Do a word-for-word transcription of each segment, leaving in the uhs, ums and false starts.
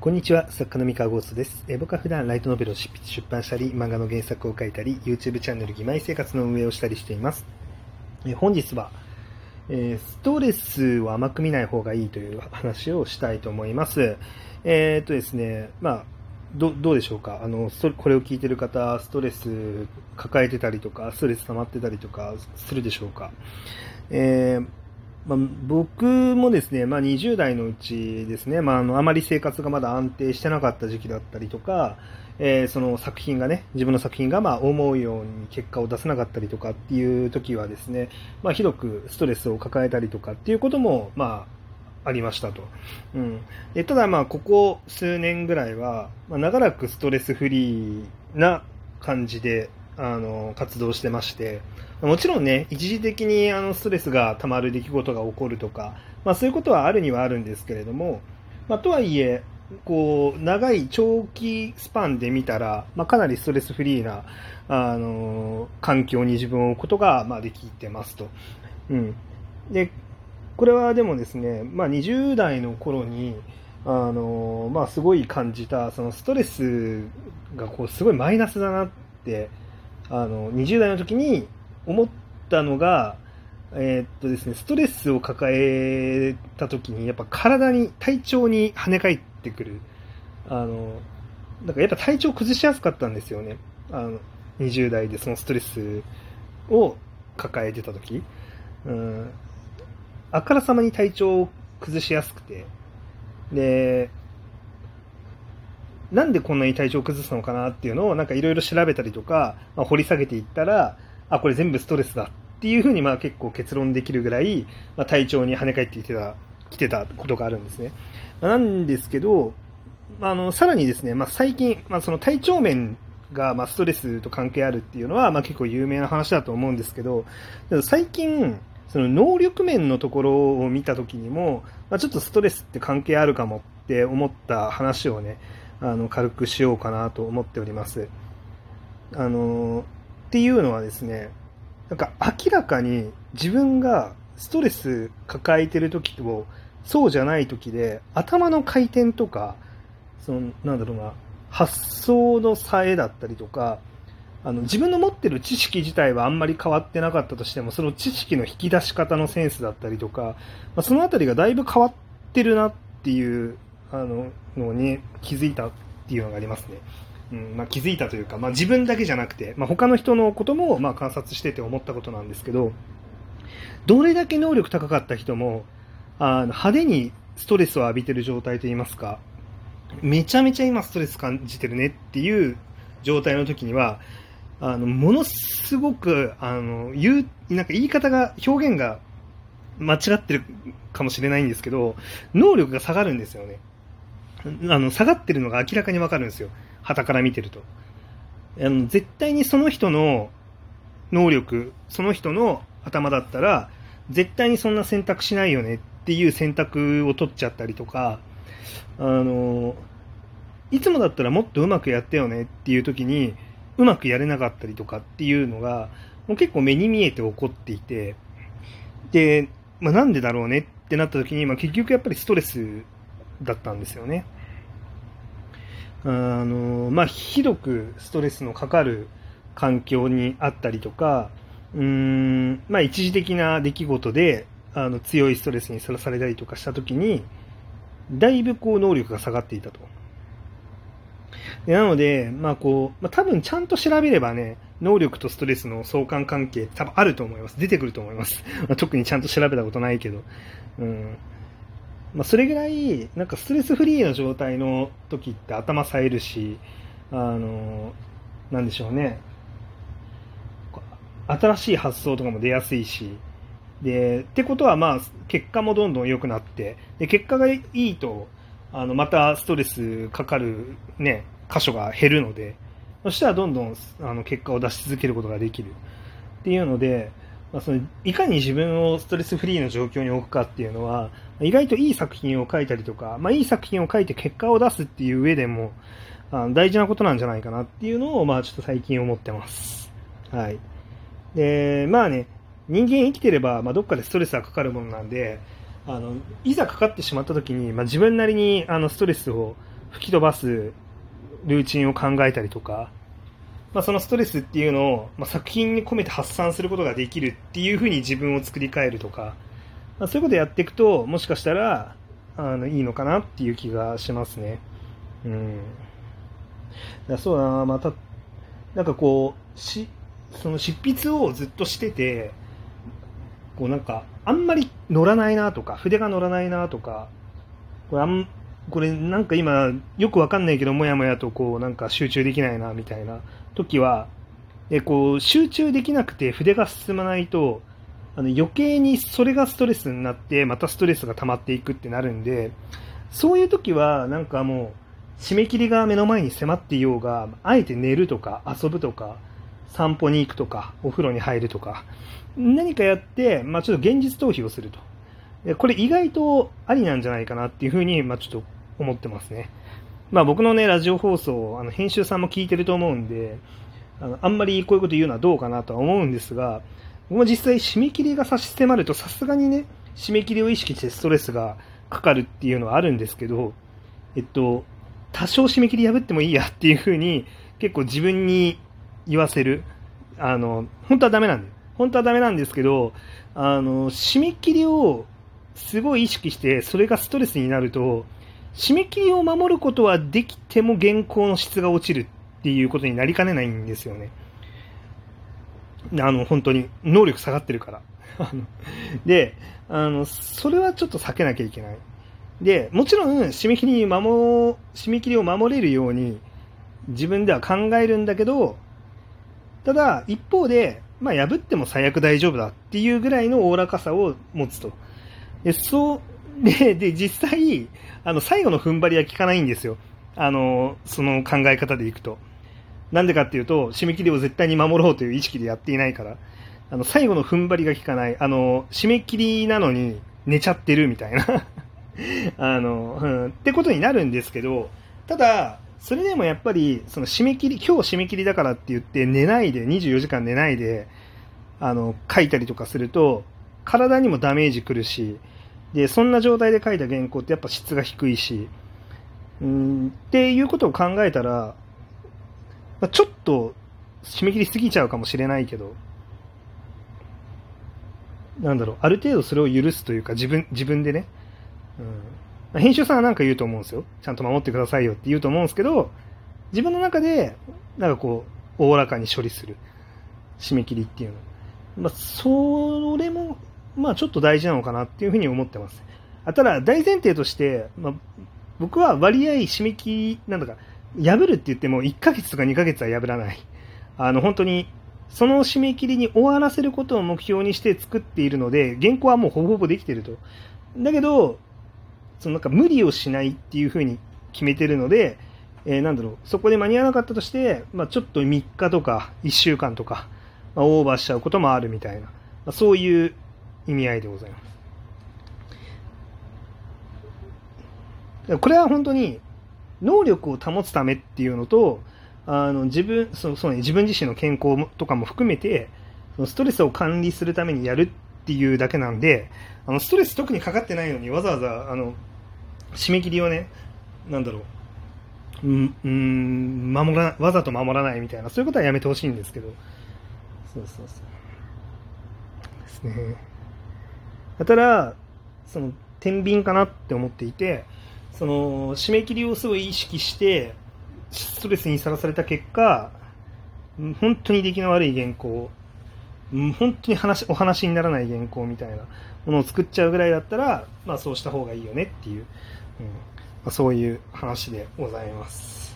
こんにちは、作家の三河ゴーストです。えー僕は普段ライトノベルを執筆出版したり、漫画の原作を書いたり、YouTube チャンネル義妹生活の運営をしたりしています。えー本日は、えーストレスを甘く見ない方がいいという話をしたいと思います。えーっとですね、まあ、どどうでしょうか。あの、そこれを聞いている方、ストレス抱えてたりとか、ストレス溜まってたりとかするでしょうか。えーまあ、僕もですね、まあ、にじゅう代のうちですね、まあ、あのあまり生活がまだ安定してなかった時期だったりとか、えーその作品がね、自分の作品がまあ思うように結果を出せなかったりとかっていう時はですね、まあ、ひどくストレスを抱えたりとかっていうことも、まあ、ありましたと。うん、でただ、まあここ数年ぐらいは、まあ、長らくストレスフリーな感じであの活動してまして、もちろんね、一時的にあのストレスが溜まる出来事が起こるとか、まあ、そういうことはあるにはあるんですけれども、まあ、とはいえ、こう長い長期スパンで見たら、まあ、かなりストレスフリーなあの環境に自分を置くことが、まあ、できてますと。うん、でこれはでもですね、まあ、にじゅう代の頃にあの、まあ、すごい感じたそのストレスがこうすごいマイナスだなってあのにじゅう代の時に思ったのが、えーっとですね、ストレスを抱えた時にやっぱ体に体調に跳ね返ってくる。あのだからやっぱ体調を崩しやすかったんですよね。あのにじゅう代でそのストレスを抱えてた時、うん、あからさまに体調を崩しやすくて、でなんでこんなに体調を崩すのかなっていうのをなんかいろいろ調べたりとか、まあ、掘り下げていったら、あ、これ全部ストレスだっていうふうにまあ結構結論できるぐらい、まあ、体調に跳ね返ってきてた来てたことがあるんですね。なんですけど、あのさらにですね、まあ、最近、まあ、その体調面がまあストレスと関係あるっていうのはまあ結構有名な話だと思うんですけど、最近その能力面のところを見た時にも、まあ、ちょっとストレスって関係あるかもって思った話をね、あの軽くしようかなと思っております。あのっていうのはですね、なんか明らかに自分がストレス抱えてる時とそうじゃない時で頭の回転とか、そのなんだろうな、発想のさえだったりとか、あの自分の持ってる知識自体はあんまり変わってなかったとしても、その知識の引き出し方のセンスだったりとか、まあ、そのあたりがだいぶ変わってるなっていうあののに気づいたっていうのがありますね。うんまあ、気づいたというか、まあ、自分だけじゃなくて、まあ、他の人のこともまあ観察してて思ったことなんですけど、どれだけ能力高かった人もあの派手にストレスを浴びてる状態といいますか、めちゃめちゃ今ストレス感じてるねっていう状態の時には、あのものすごくあの言うなんか言い方が表現が間違ってるかもしれないんですけど、能力が下がるんですよね。あの下がってるのが明らかに分かるんですよ、傍から見てると。あの絶対にその人の能力、その人の頭だったら絶対にそんな選択しないよねっていう選択を取っちゃったりとか、あのいつもだったらもっとうまくやってよねっていう時にうまくやれなかったりとかっていうのがもう結構目に見えて起こっていて、で、まあ、なんでだろうねってなった時に、まあ、結局やっぱりストレスだったんですよね。あのまあ、ひどくストレスのかかる環境にあったりとか、うーん、まあ、一時的な出来事であの強いストレスにさらされたりとかした時にだいぶこう能力が下がっていたと。でなので、まあこうまあ、多分ちゃんと調べればね、能力とストレスの相関関係多分あると思います。出てくると思います。まあ、特にちゃんと調べたことないけど、うんまあ、それぐらいなんかストレスフリーの状態の時って頭冴えるし、あのなんでしょうね、新しい発想とかも出やすいし、でってことはまあ結果もどんどん良くなって、で結果がいいとあのまたストレスかかるね箇所が減るので、そしたらどんどんあの結果を出し続けることができるっていうので、まあ、そのいかに自分をストレスフリーの状況に置くかっていうのは意外といい作品を書いたりとか、まあ、いい作品を書いて結果を出すっていう上でもあの大事なことなんじゃないかなっていうのを、まあ、ちょっと最近思ってます。はい。でまあね、人間生きてれば、まあ、どっかでストレスがかかるものなんで、あのいざかかってしまった時に、まあ、自分なりにあのストレスを吹き飛ばすルーチンを考えたりとか、まあ、そのストレスっていうのを、まあ、作品に込めて発散することができるっていうふうに自分を作り変えるとか、まあ、そういうことをやっていくともしかしたらあのいいのかなっていう気がしますね。うん。だそうだな、またなんかこうしその執筆をずっとしてて、こうなんかあんまり乗らないなとか、筆が乗らないなとか、これあんこれなんか今よくわかんないけどもやもやとこうなんか集中できないなみたいな時は、えこう集中できなくて筆が進まないと、あの余計にそれがストレスになってまたストレスが溜まっていくってなるんで、そういう時はなんかもう締め切りが目の前に迫っていようが、あえて寝るとか遊ぶとか散歩に行くとかお風呂に入るとか何かやって、まあ、ちょっと現実逃避をすると、これ意外とありなんじゃないかなっていうふうに、まあ、ちょっと思ってますね。まあ、僕のねラジオ放送、あの編集さんも聞いてると思うんで、あのあんまりこういうこと言うのはどうかなとは思うんですが、僕も実際締め切りが差し迫るとさすがにね締め切りを意識してストレスがかかるっていうのはあるんですけど、えっと多少締め切り破ってもいいやっていうふうに結構自分に言わせる。あの本当はダメなんだよ。本当はダメなんですけど、あの締め切りをすごい意識してそれがストレスになると、締め切りを守ることはできても原稿の質が落ちるっていうことになりかねないんですよね。あの本当に能力下がってるからで、あのそれはちょっと避けなきゃいけない。でもちろん締め切りに守締め切りを守れるように自分では考えるんだけど、ただ一方で、まあ、破っても最悪大丈夫だっていうぐらいのおおらかさを持つと。でそうでで実際あの最後の踏ん張りは効かないんですよ。あのその考え方でいくと。なんでかっていうと、締め切りを絶対に守ろうという意識でやっていないから、あの最後の踏ん張りが効かない。あの締め切りなのに寝ちゃってるみたいなあの、うん、ってことになるんですけど、ただそれでもやっぱりその締め切り、今日締め切りだからって言って寝ないでにじゅうよじかん寝ないであの書いたりとかすると体にもダメージくるし、でそんな状態で書いた原稿ってやっぱ質が低いし、うんっていうことを考えたら、まあ、ちょっと締め切りすぎちゃうかもしれないけど、なんだろう、ある程度それを許すというか、自分自分でね、うん、編集さんは何か言うと思うんですよ。ちゃんと守ってくださいよって言うと思うんですけど、自分の中でなんかこうおおらかに処理する締め切りっていうの、まあ、それもまあちょっと大事なのかなっていうふうに思ってます。ただ大前提として、まあ、僕は割合締め切りなんだか破るって言ってもいっかげつとかにかげつは破らない。あの本当にその締め切りに終わらせることを目標にして作っているので、原稿はもうほぼほぼできていると。だけどそのなんか無理をしないっていうふうに決めてるので、えー、なんだろう、そこで間に合わなかったとして、まあ、ちょっとみっかとかいっしゅうかんとか、まあ、オーバーしちゃうこともあるみたいな、まあ、そういう意味合いでございます。これは本当に能力を保つためっていうのと、あの自分そうそう、ね、自分自身の健康とかも含めてそのストレスを管理するためにやるっていうだけなんで、あのストレス特にかかってないのにわざわざあの締め切りをね、なんだろう、うんうん守らわざと守らないみたいな、そういうことはやめてほしいんですけど、そうそうそうですね。ただその天秤かなって思っていて、その締め切りをすごい意識してストレスにさらされた結果、本当に出来の悪い原稿、本当に話お話にならない原稿みたいなものを作っちゃうぐらいだったら、まあ、そうした方がいいよねっていう、うんまあ、そういう話でございます。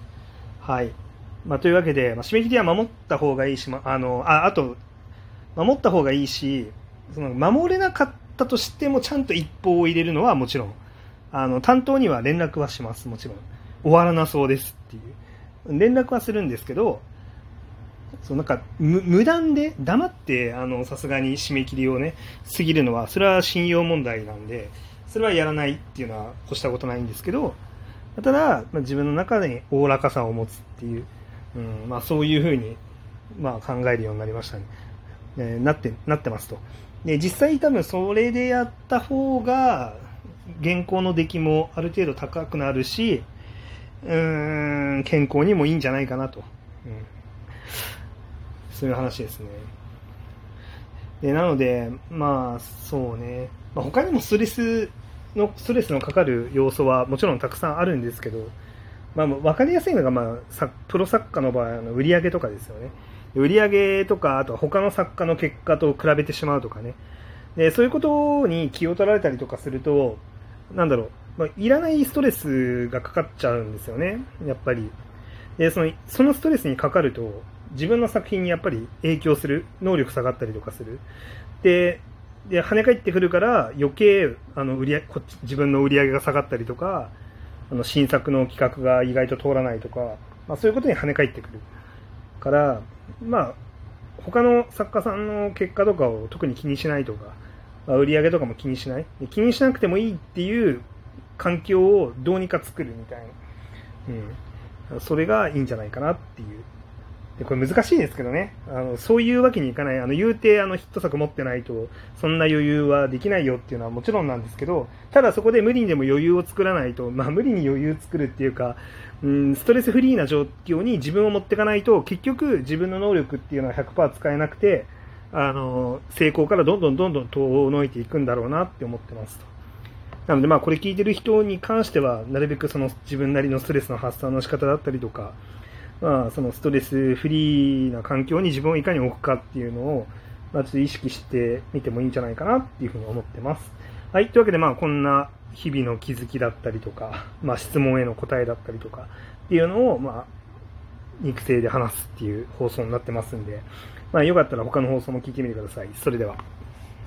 はい。まあ、というわけで、まあ、締め切りは守った方がいいし、まあ、あのああと守った方がいいし、その守れなかったとしてもちゃんと一報を入れるのはもちろん、あの担当には連絡はします。もちろん終わらなそうですっていう連絡はするんですけど、そうなんか無断で黙ってさすがに締め切りをね過ぎるのは、それは信用問題なんで、それはやらないっていうのは越したことないんですけど、ただ、まあ、自分の中でおおらかさを持つっていう、うんまあ、そういうふうに、まあ、考えるようになりましたね、えー、なってなってますと。で実際多分それでやった方が原稿の出来もある程度高くなるし、 うーん、健康にもいいんじゃないかなと。うん、そういう話ですね。で、なので、まあ、そうね。まあ、他にもストレスの、ストレスのかかる要素はもちろんたくさんあるんですけど、まあ、わかりやすいのが、まあ、プロ作家の場合の売り上げとかですよね。売り上げとか、あとは他の作家の結果と比べてしまうとかね。で、そういうことに気を取られたりとかすると、なんだろう、まあ、いらないストレスがかかっちゃうんですよね、やっぱり。で、その、そのストレスにかかると、自分の作品にやっぱり影響する、能力下がったりとかする。で、で跳ね返ってくるから余計あの売りこっち自分の売り上げが下がったりとか、あの新作の企画が意外と通らないとか、まあ、そういうことに跳ね返ってくるから、まあ、他の作家さんの結果とかを特に気にしないとか、まあ、売り上げとかも気にしない、気にしなくてもいいっていう環境をどうにか作るみたいな、うん、それがいいんじゃないかなっていう。でこれ難しいですけどね、あのそういうわけにいかない。あの言うてあのヒット作持ってないとそんな余裕はできないよっていうのはもちろんなんですけど、ただそこで無理にでも余裕を作らないと、まあ無理に余裕作るっていうか、うん、ストレスフリーな状況に自分を持っていかないと、結局自分の能力っていうのは ひゃくパーセント 使えなくて、あの成功からどんどんどんどん遠のいていくんだろうなって思ってますと。なのでまあこれ聞いてる人に関しては、なるべくその自分なりのストレスの発散の仕方だったりとか、まあ、そのストレスフリーな環境に自分をいかに置くかっていうのを、まあ、ちょっと意識してみてもいいんじゃないかなっていうふうに思ってます。はい。というわけで、まあ、こんな日々の気づきだったりとか、まあ、質問への答えだったりとかっていうのを、まあ、肉声で話すっていう放送になってますんで、まあ、よかったら他の放送も聞いてみてください。それでは。